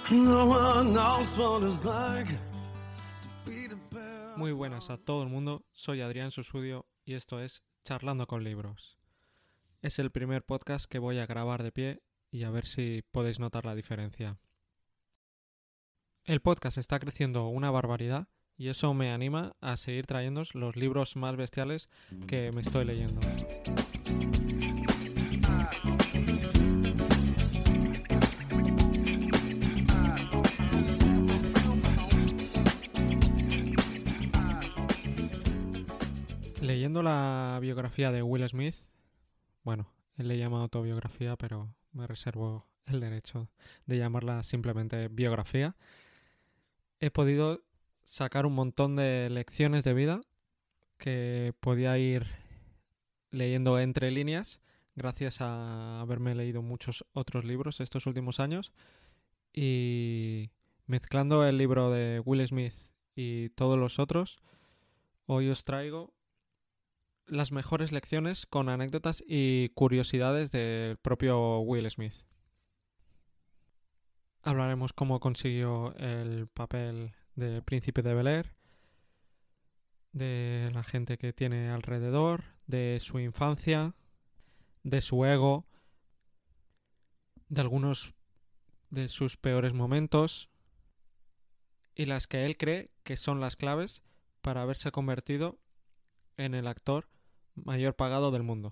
Muy buenas a todo el mundo, soy Adrián Susudio y esto es Charlando con Libros. Es el primer podcast que voy a grabar de pie y a ver si podéis notar la diferencia. El podcast está creciendo una barbaridad y eso me anima a seguir trayéndoos los libros más bestiales que me estoy leyendo. Leyendo la biografía de Will Smith, bueno, él le llama autobiografía, pero me reservo el derecho de llamarla simplemente biografía, he podido sacar un montón de lecciones de vida que podía ir leyendo entre líneas gracias a haberme leído muchos otros libros estos últimos años, y mezclando el libro de Will Smith y todos los otros, hoy os traigo las mejores lecciones con anécdotas y curiosidades del propio Will Smith. Hablaremos cómo consiguió el papel del príncipe de Bel-Air, de la gente que tiene alrededor, de su infancia, de su ego, de algunos de sus peores momentos y las que él cree que son las claves para haberse convertido en el actor mayor pagado del mundo.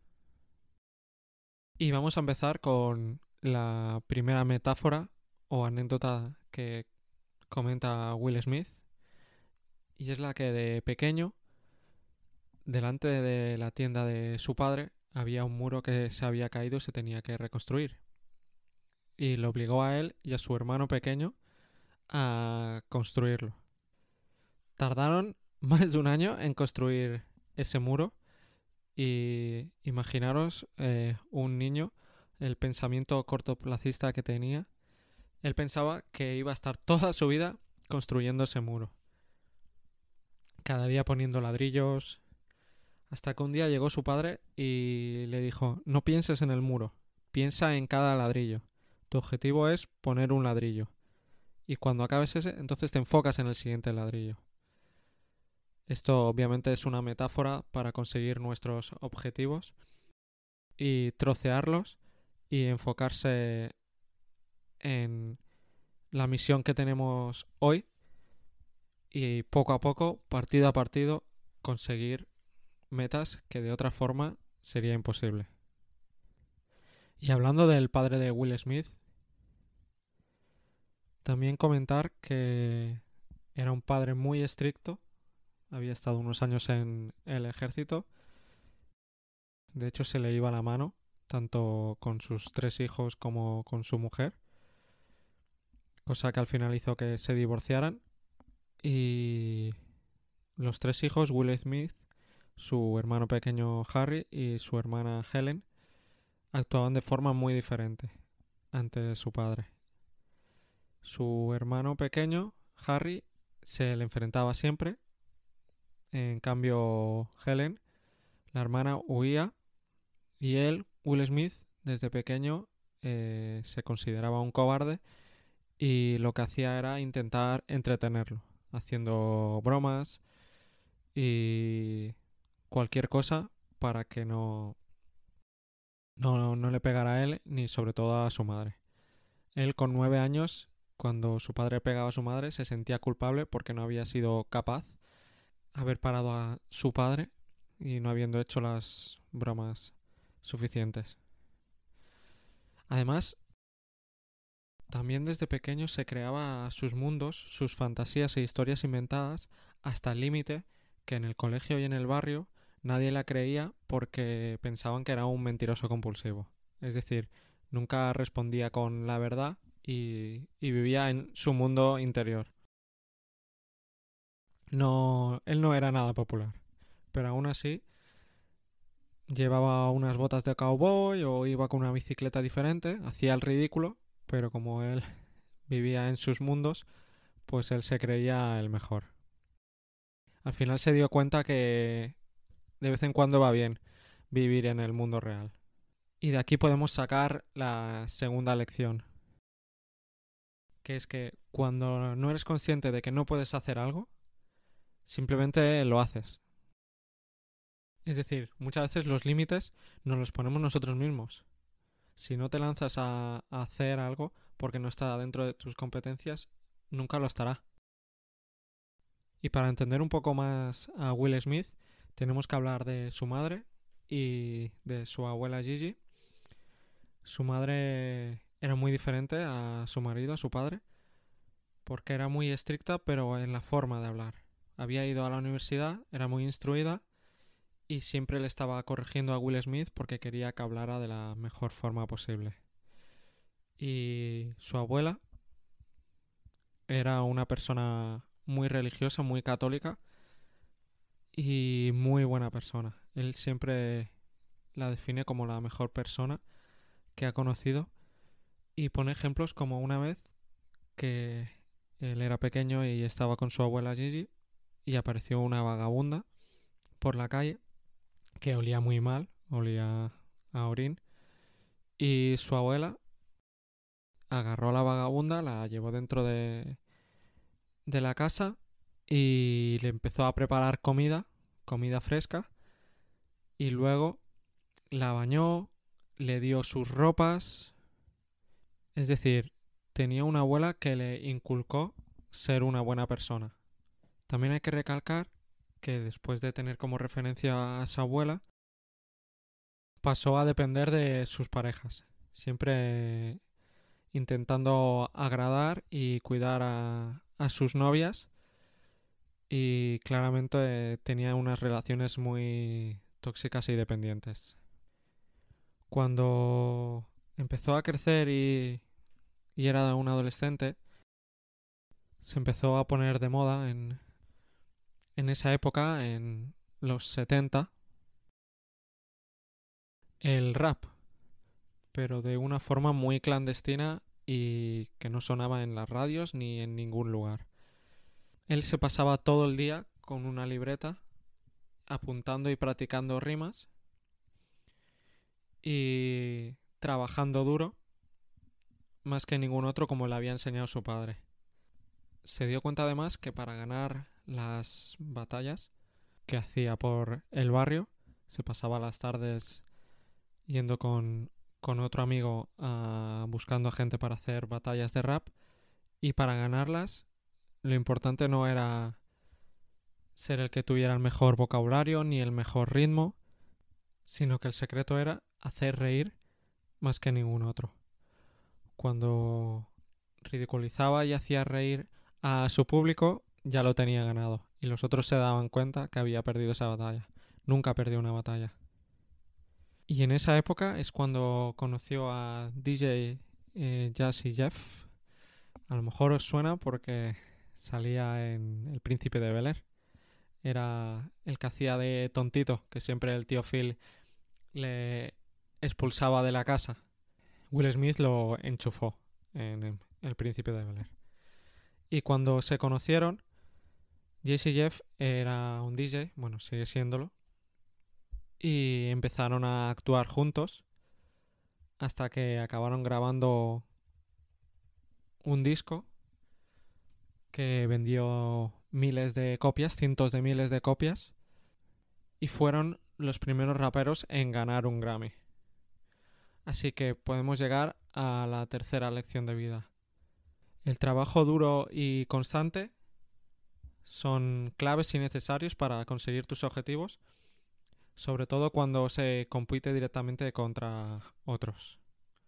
Y vamos a empezar con la primera metáfora o anécdota que comenta Will Smith, y es la que de pequeño, delante de la tienda de su padre, había un muro que se había caído y se tenía que reconstruir. Y lo obligó a él y a su hermano pequeño a construirlo. Tardaron más de un año en construir ese muro y imaginaros un niño, el pensamiento cortoplacista que tenía. Él pensaba que iba a estar toda su vida construyendo ese muro, cada día poniendo ladrillos, hasta que un día llegó su padre y le dijo: no pienses en el muro, piensa en cada ladrillo. Tu objetivo es poner un ladrillo. Y cuando acabes ese, entonces te enfocas en el siguiente ladrillo. Esto obviamente es una metáfora para conseguir nuestros objetivos y trocearlos y enfocarse en la misión que tenemos hoy y poco a poco, partido a partido, conseguir metas que de otra forma sería imposible. Y hablando del padre de Will Smith, también comentar que era un padre muy estricto. Había estado unos años en el ejército. De hecho, se le iba la mano, tanto con sus 3 hijos como con su mujer, cosa que al final hizo que se divorciaran. Y los 3 hijos, Will Smith, su hermano pequeño Harry y su hermana Helen, actuaban de forma muy diferente ante su padre. Su hermano pequeño, Harry, se le enfrentaba siempre. En cambio, Helen, la hermana, huía. Y él, Will Smith, desde pequeño se consideraba un cobarde y lo que hacía era intentar entretenerlo, haciendo bromas y cualquier cosa para que no le pegara a él ni sobre todo a su madre. Él con 9 años, cuando su padre pegaba a su madre, se sentía culpable porque no había sido capaz de haber parado a su padre y no habiendo hecho las bromas suficientes. Además, también desde pequeño se creaba sus mundos, sus fantasías e historias inventadas hasta el límite que en el colegio y en el barrio nadie la creía porque pensaban que era un mentiroso compulsivo. Es decir, nunca respondía con la verdad y vivía en su mundo interior. No, él no era nada popular, pero aún así llevaba unas botas de cowboy o iba con una bicicleta diferente, hacía el ridículo, pero como él vivía en sus mundos, pues él se creía el mejor. Al final se dio cuenta que de vez en cuando va bien vivir en el mundo real. Y de aquí podemos sacar la segunda lección, que es que cuando no eres consciente de que no puedes hacer algo, simplemente lo haces. Es decir, muchas veces los límites nos los ponemos nosotros mismos. Si no te lanzas a hacer algo porque no está dentro de tus competencias, nunca lo estará. Y para entender un poco más a Will Smith, tenemos que hablar de su madre y de su abuela Gigi. Su madre era muy diferente a su marido, a su padre, porque era muy estricta, pero en la forma de hablar. Había ido a la universidad, era muy instruida y siempre le estaba corrigiendo a Will Smith porque quería que hablara de la mejor forma posible. Y su abuela era una persona muy religiosa, muy católica y muy buena persona. Él siempre la define como la mejor persona que ha conocido y pone ejemplos como una vez que él era pequeño y estaba con su abuela Gigi y apareció una vagabunda por la calle que olía muy mal, olía a orín, y su abuela agarró a la vagabunda, la llevó dentro de la casa y le empezó a preparar comida fresca, y luego la bañó, le dio sus ropas, es decir, tenía una abuela que le inculcó ser una buena persona. También hay que recalcar que después de tener como referencia a su abuela, pasó a depender de sus parejas, siempre intentando agradar y cuidar a sus novias, y claramente tenía unas relaciones muy tóxicas y dependientes. Cuando empezó a crecer y era un adolescente, se empezó a poner de moda en esa época, en los 70, el rap, pero de una forma muy clandestina y que no sonaba en las radios ni en ningún lugar. Él se pasaba todo el día con una libreta apuntando y practicando rimas y trabajando duro más que ningún otro, como le había enseñado su padre. Se dio cuenta además que para ganar las batallas que hacía por el barrio, se pasaba las tardes yendo con otro amigo buscando gente para hacer batallas de rap, y para ganarlas lo importante no era ser el que tuviera el mejor vocabulario ni el mejor ritmo, sino que el secreto era hacer reír más que ningún otro. Cuando ridiculizaba y hacía reír a su público, ya lo tenía ganado, y los otros se daban cuenta que había perdido esa batalla. Nunca perdió una batalla. Y en esa época es cuando conoció a DJ Jazzy Jeff. A lo mejor os suena porque salía en El Príncipe de Bel-Air. Era el que hacía de tontito, que siempre el tío Phil le expulsaba de la casa. Will Smith lo enchufó en El Príncipe de Bel-Air. Y cuando se conocieron, Jazzy Jeff era un DJ, bueno, sigue siéndolo, y empezaron a actuar juntos hasta que acabaron grabando un disco que vendió miles de copias, cientos de miles de copias, y fueron los primeros raperos en ganar un Grammy. Así que podemos llegar a la tercera lección de vida. El trabajo duro y constante son claves y necesarios para conseguir tus objetivos, sobre todo cuando se compite directamente contra otros.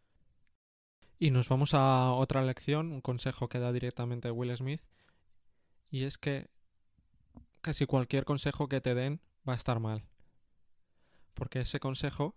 Y nos vamos a otra lección, un consejo que da directamente Will Smith, y es que casi cualquier consejo que te den va a estar mal, porque ese consejo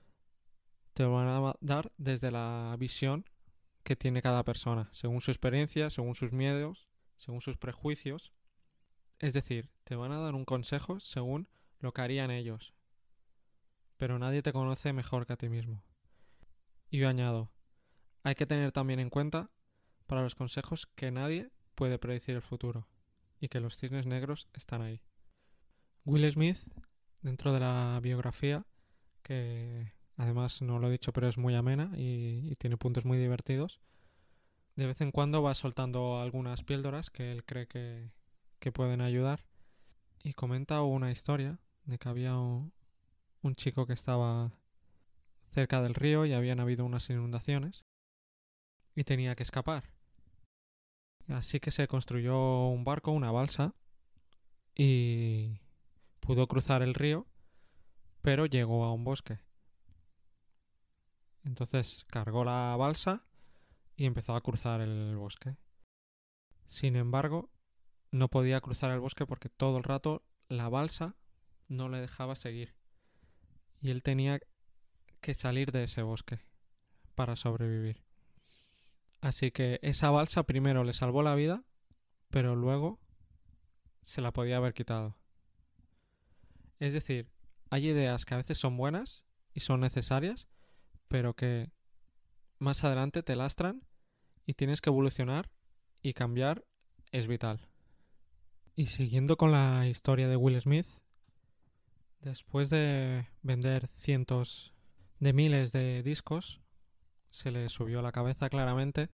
te lo van a dar desde la visión que tiene cada persona, según su experiencia, según sus miedos, según sus prejuicios. Es decir, te van a dar un consejo según lo que harían ellos, pero nadie te conoce mejor que a ti mismo. Y yo añado, hay que tener también en cuenta para los consejos que nadie puede predecir el futuro y que los cisnes negros están ahí. Will Smith, dentro de la biografía, que además no lo he dicho pero es muy amena y tiene puntos muy divertidos, De vez en cuando va soltando algunas píldoras que él cree que pueden ayudar. Y comenta una historia de que había un chico que estaba cerca del río y habían habido unas inundaciones y tenía que escapar. Así que se construyó un barco, una balsa, y pudo cruzar el río, pero llegó a un bosque. Entonces cargó la balsa y empezó a cruzar el bosque. Sin embargo, no podía cruzar el bosque porque todo el rato la balsa no le dejaba seguir. Y él tenía que salir de ese bosque para sobrevivir. Así que esa balsa primero le salvó la vida, pero luego se la podía haber quitado. Es decir, hay ideas que a veces son buenas y son necesarias, pero que más adelante te lastran y tienes que evolucionar y cambiar es vital. Y siguiendo con la historia de Will Smith, después de vender cientos de miles de discos, se le subió la cabeza claramente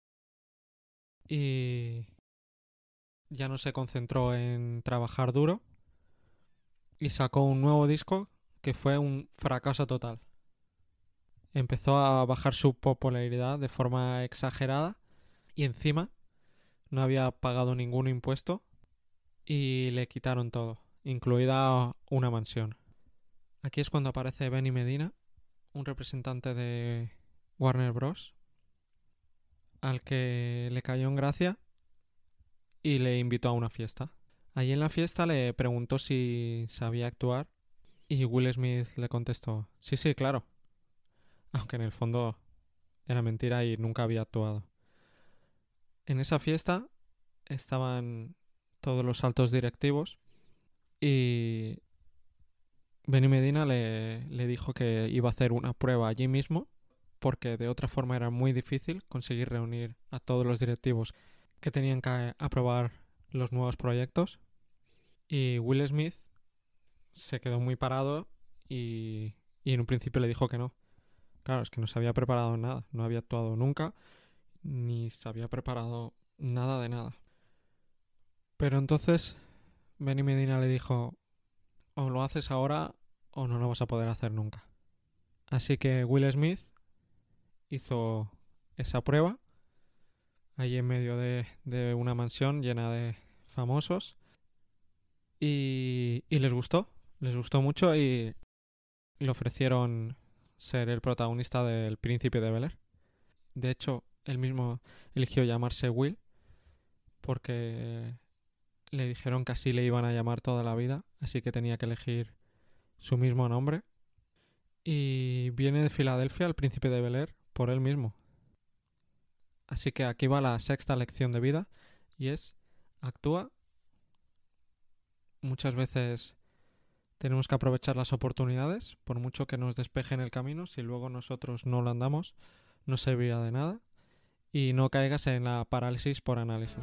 y ya no se concentró en trabajar duro y sacó un nuevo disco que fue un fracaso total. Empezó a bajar su popularidad de forma exagerada y encima no había pagado ningún impuesto y le quitaron todo, incluida una mansión. Aquí es cuando aparece Benny Medina, un representante de Warner Bros., al que le cayó en gracia y le invitó a una fiesta. Allí en la fiesta le preguntó si sabía actuar y Will Smith le contestó, sí, sí, claro, aunque en el fondo era mentira y nunca había actuado. En esa fiesta estaban todos los altos directivos y Benny Medina le dijo que iba a hacer una prueba allí mismo porque de otra forma era muy difícil conseguir reunir a todos los directivos que tenían que aprobar los nuevos proyectos. Y Will Smith se quedó muy parado y en un principio le dijo que no. Claro, es que no se había preparado nada, no había actuado nunca, ni se había preparado nada de nada. Pero entonces Benny Medina le dijo, o lo haces ahora o no lo vas a poder hacer nunca. Así que Will Smith hizo esa prueba ahí en medio de una mansión llena de famosos y les gustó mucho y le ofrecieron ser el protagonista del Príncipe de Bel-Air. De hecho, él mismo eligió llamarse Will porque le dijeron que así le iban a llamar toda la vida, así que tenía que elegir su mismo nombre. Y viene de Filadelfia el Príncipe de Bel-Air por él mismo. Así que aquí va la sexta lección de vida y es actúa. Muchas veces tenemos que aprovechar las oportunidades, por mucho que nos despejen el camino, si luego nosotros no lo andamos, no servirá de nada. Y no caigas en la parálisis por análisis.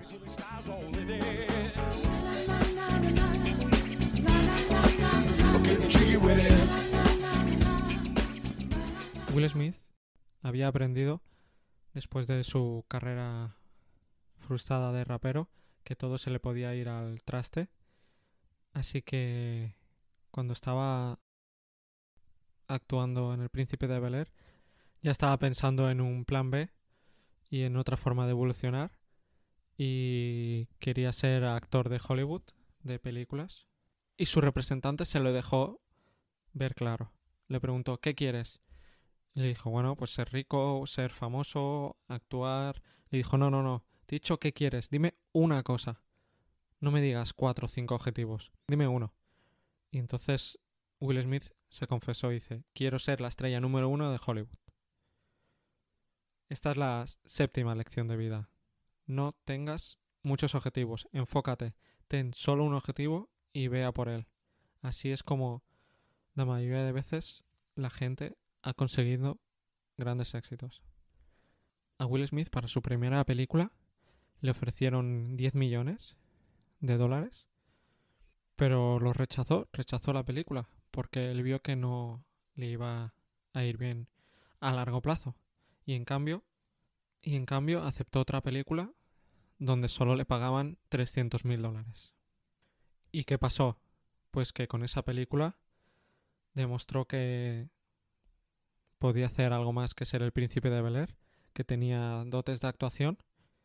Will Smith había aprendido, después de su carrera frustrada de rapero, que todo se le podía ir al traste. Así que cuando estaba actuando en El Príncipe de Bel-Air, ya estaba pensando en un plan B y en otra forma de evolucionar. Y quería ser actor de Hollywood, de películas. Y su representante se lo dejó ver claro. Le preguntó, ¿qué quieres? Y le dijo, bueno, pues ser rico, ser famoso, actuar. Le dijo, no, no, no. Te he dicho, ¿qué quieres? Dime una cosa. No me digas 4 o 5 objetivos. Dime uno. Y entonces Will Smith se confesó y dice, quiero ser la estrella número 1 de Hollywood. Esta es la séptima lección de vida. No tengas muchos objetivos. Enfócate. Ten solo un objetivo y vea por él. Así es como la mayoría de veces la gente ha conseguido grandes éxitos. A Will Smith para su primera película le ofrecieron 10 millones de dólares, pero lo rechazó la película, porque él vio que no le iba a ir bien a largo plazo. Y en cambio, y en cambio aceptó otra película donde solo le pagaban $300.000. ¿Y qué pasó? Pues que con esa película demostró que podía hacer algo más que ser el príncipe de Bel-Air, que tenía dotes de actuación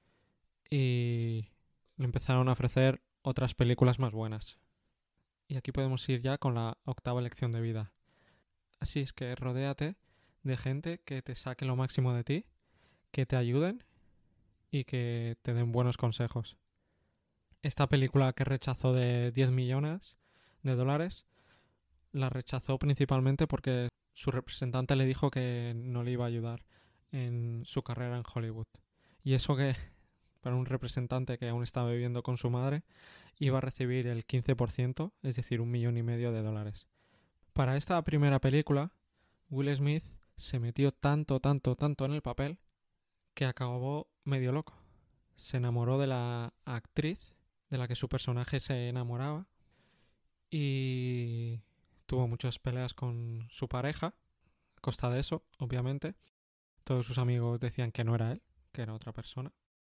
y le empezaron a ofrecer otras películas más buenas. Y aquí podemos ir ya con la octava lección de vida. Así es que rodéate de gente que te saque lo máximo de ti, que te ayuden y que te den buenos consejos. Esta película que rechazó de $10 millones, la rechazó principalmente porque su representante le dijo que no le iba a ayudar en su carrera en Hollywood. Y eso que para un representante que aún estaba viviendo con su madre iba a recibir el 15%, es decir, $1,500,000. Para esta primera película, Will Smith se metió tanto en el papel que acabó medio loco. Se enamoró de la actriz de la que su personaje se enamoraba y tuvo muchas peleas con su pareja. A costa de eso, obviamente, todos sus amigos decían que no era él, que era otra persona.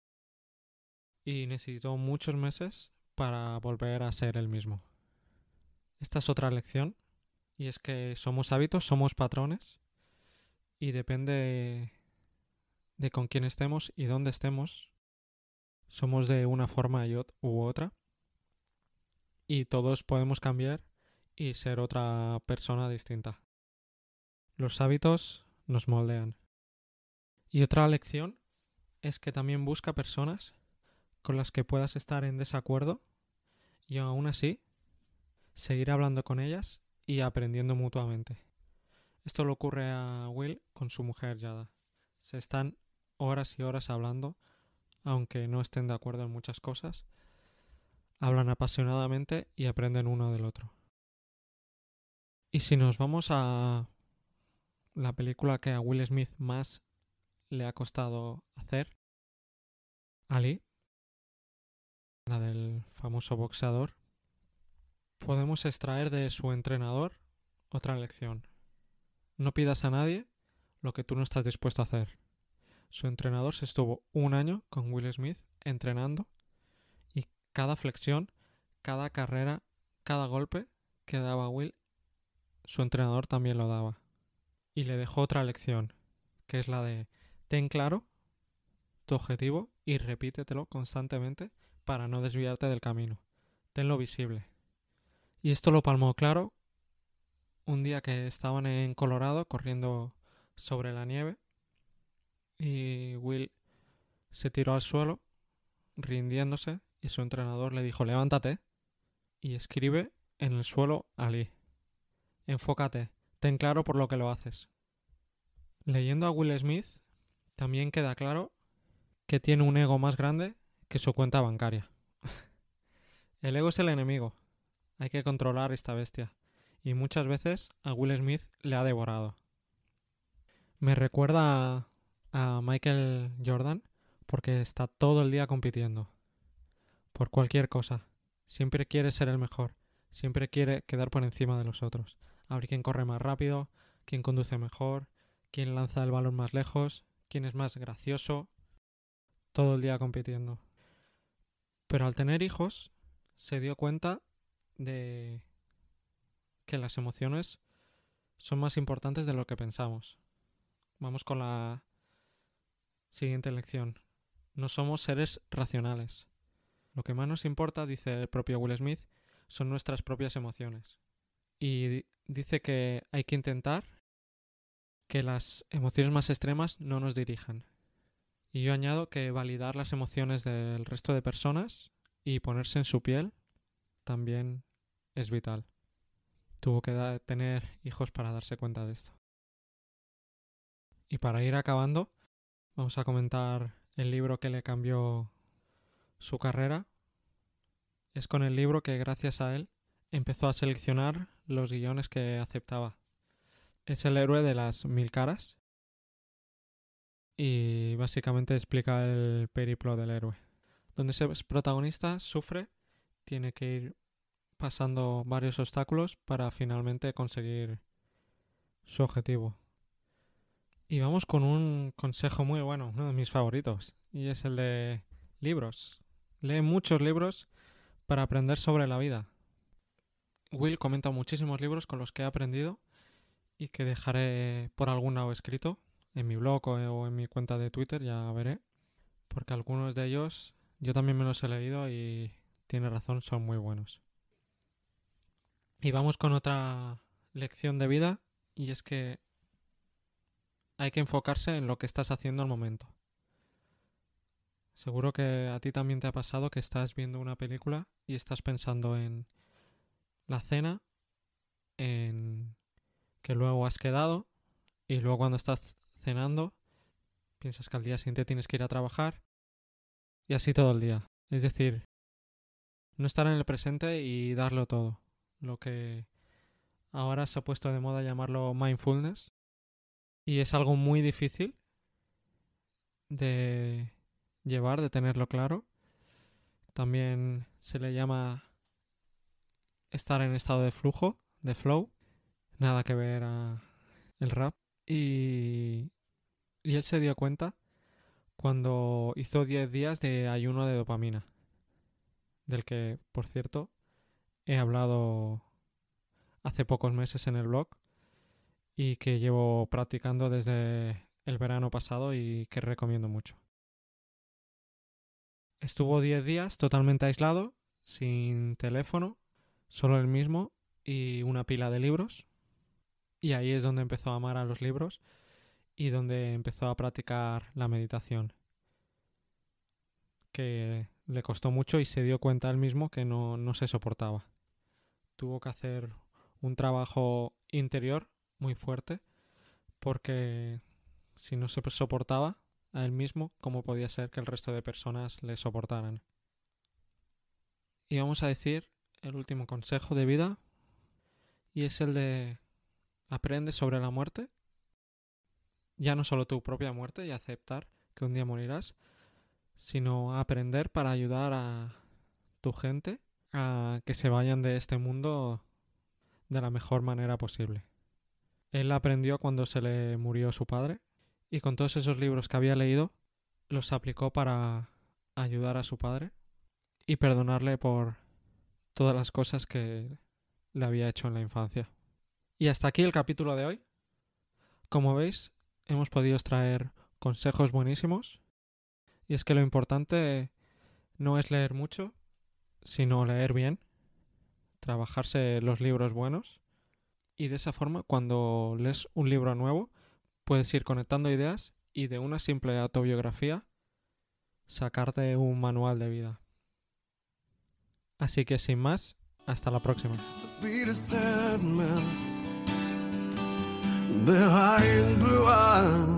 Y necesitó muchos meses para volver a ser el mismo. Esta es otra lección, y es que somos hábitos, somos patrones, y depende de con quién estemos y dónde estemos, somos de una forma u otra, y todos podemos cambiar y ser otra persona distinta. Los hábitos nos moldean. Y otra lección es que también busca personas con las que puedas estar en desacuerdo y aún así seguir hablando con ellas y aprendiendo mutuamente. Esto le ocurre a Will con su mujer Yada. Se están horas y horas hablando, aunque no estén de acuerdo en muchas cosas. Hablan apasionadamente y aprenden uno del otro. Y si nos vamos a la película que a Will Smith más le ha costado hacer, Ali, la del famoso boxeador, podemos extraer de su entrenador otra lección. No pidas a nadie lo que tú no estás dispuesto a hacer. Su entrenador se estuvo un año con Will Smith entrenando y cada flexión, cada carrera, cada golpe que daba Will, su entrenador también lo daba. Y le dejó otra lección, que es la de ten claro tu objetivo y repítetelo constantemente para no desviarte del camino. Tenlo visible. Y esto lo palmó claro un día que estaban en Colorado corriendo sobre la nieve y Will se tiró al suelo rindiéndose y su entrenador le dijo levántate y escribe en el suelo Ali. Enfócate, ten claro por lo que lo haces. Leyendo a Will Smith también queda claro que tiene un ego más grande que su cuenta bancaria. El ego es el enemigo. Hay que controlar esta bestia. Y muchas veces a Will Smith le ha devorado. Me recuerda a Michael Jordan porque está todo el día compitiendo. Por cualquier cosa. Siempre quiere ser el mejor. Siempre quiere quedar por encima de los otros. A ver quién corre más rápido, quién conduce mejor, quién lanza el balón más lejos, quién es más gracioso. Todo el día compitiendo. Pero al tener hijos, se dio cuenta de que las emociones son más importantes de lo que pensamos. Vamos con la siguiente lección. No somos seres racionales. Lo que más nos importa, dice el propio Will Smith, son nuestras propias emociones. Y dice que hay que intentar que las emociones más extremas no nos dirijan. Y yo añado que validar las emociones del resto de personas y ponerse en su piel también es vital. Tuvo que tener hijos para darse cuenta de esto. Y para ir acabando, vamos a comentar el libro que le cambió su carrera. Es con el libro que gracias a él empezó a seleccionar los guiones que aceptaba. Es El héroe de las 1000 caras y básicamente explica el periplo del héroe. Donde ese protagonista sufre, tiene que ir pasando varios obstáculos para finalmente conseguir su objetivo. Y vamos con un consejo muy bueno, uno de mis favoritos, y es el de libros. Lee muchos libros para aprender sobre la vida. Will comenta muchísimos libros con los que he aprendido y que dejaré por algún lado escrito, en mi blog o en mi cuenta de Twitter, ya veré, porque algunos de ellos yo también me los he leído y tiene razón, son muy buenos. Y vamos con otra lección de vida, y es que hay que enfocarse en lo que estás haciendo al momento. Seguro que a ti también te ha pasado que estás viendo una película y estás pensando en la cena, en que luego has quedado, y luego cuando estás cenando piensas que al día siguiente tienes que ir a trabajar, y así todo el día. Es decir, no estar en el presente y darlo todo. Lo que ahora se ha puesto de moda llamarlo mindfulness, y es algo muy difícil de llevar, de tenerlo claro. También se le llama estar en estado de flujo, de flow, nada que ver a el rap. Y él se dio cuenta cuando hizo 10 días de ayuno de dopamina, del que, por cierto, he hablado hace pocos meses en el blog y que llevo practicando desde el verano pasado y que recomiendo mucho. Estuvo 10 días totalmente aislado, sin teléfono, solo él mismo y una pila de libros. Y ahí es donde empezó a amar a los libros y donde empezó a practicar la meditación, que le costó mucho y se dio cuenta él mismo que no se soportaba. Tuvo que hacer un trabajo interior muy fuerte porque si no se soportaba a él mismo, ¿cómo podía ser que el resto de personas le soportaran? Y vamos a decir el último consejo de vida, y es el de aprende sobre la muerte, ya no solo tu propia muerte y aceptar que un día morirás, sino aprender para ayudar a tu gente a que se vayan de este mundo de la mejor manera posible. Él aprendió cuando se le murió su padre y con todos esos libros que había leído los aplicó para ayudar a su padre y perdonarle por todas las cosas que le había hecho en la infancia. Y hasta aquí el capítulo de hoy. Como veis, hemos podido extraer consejos buenísimos, y es que lo importante no es leer mucho, sino leer bien, trabajarse los libros buenos, y de esa forma cuando lees un libro nuevo puedes ir conectando ideas y de una simple autobiografía sacarte un manual de vida. Así que sin más, hasta la próxima. Behind blue eyes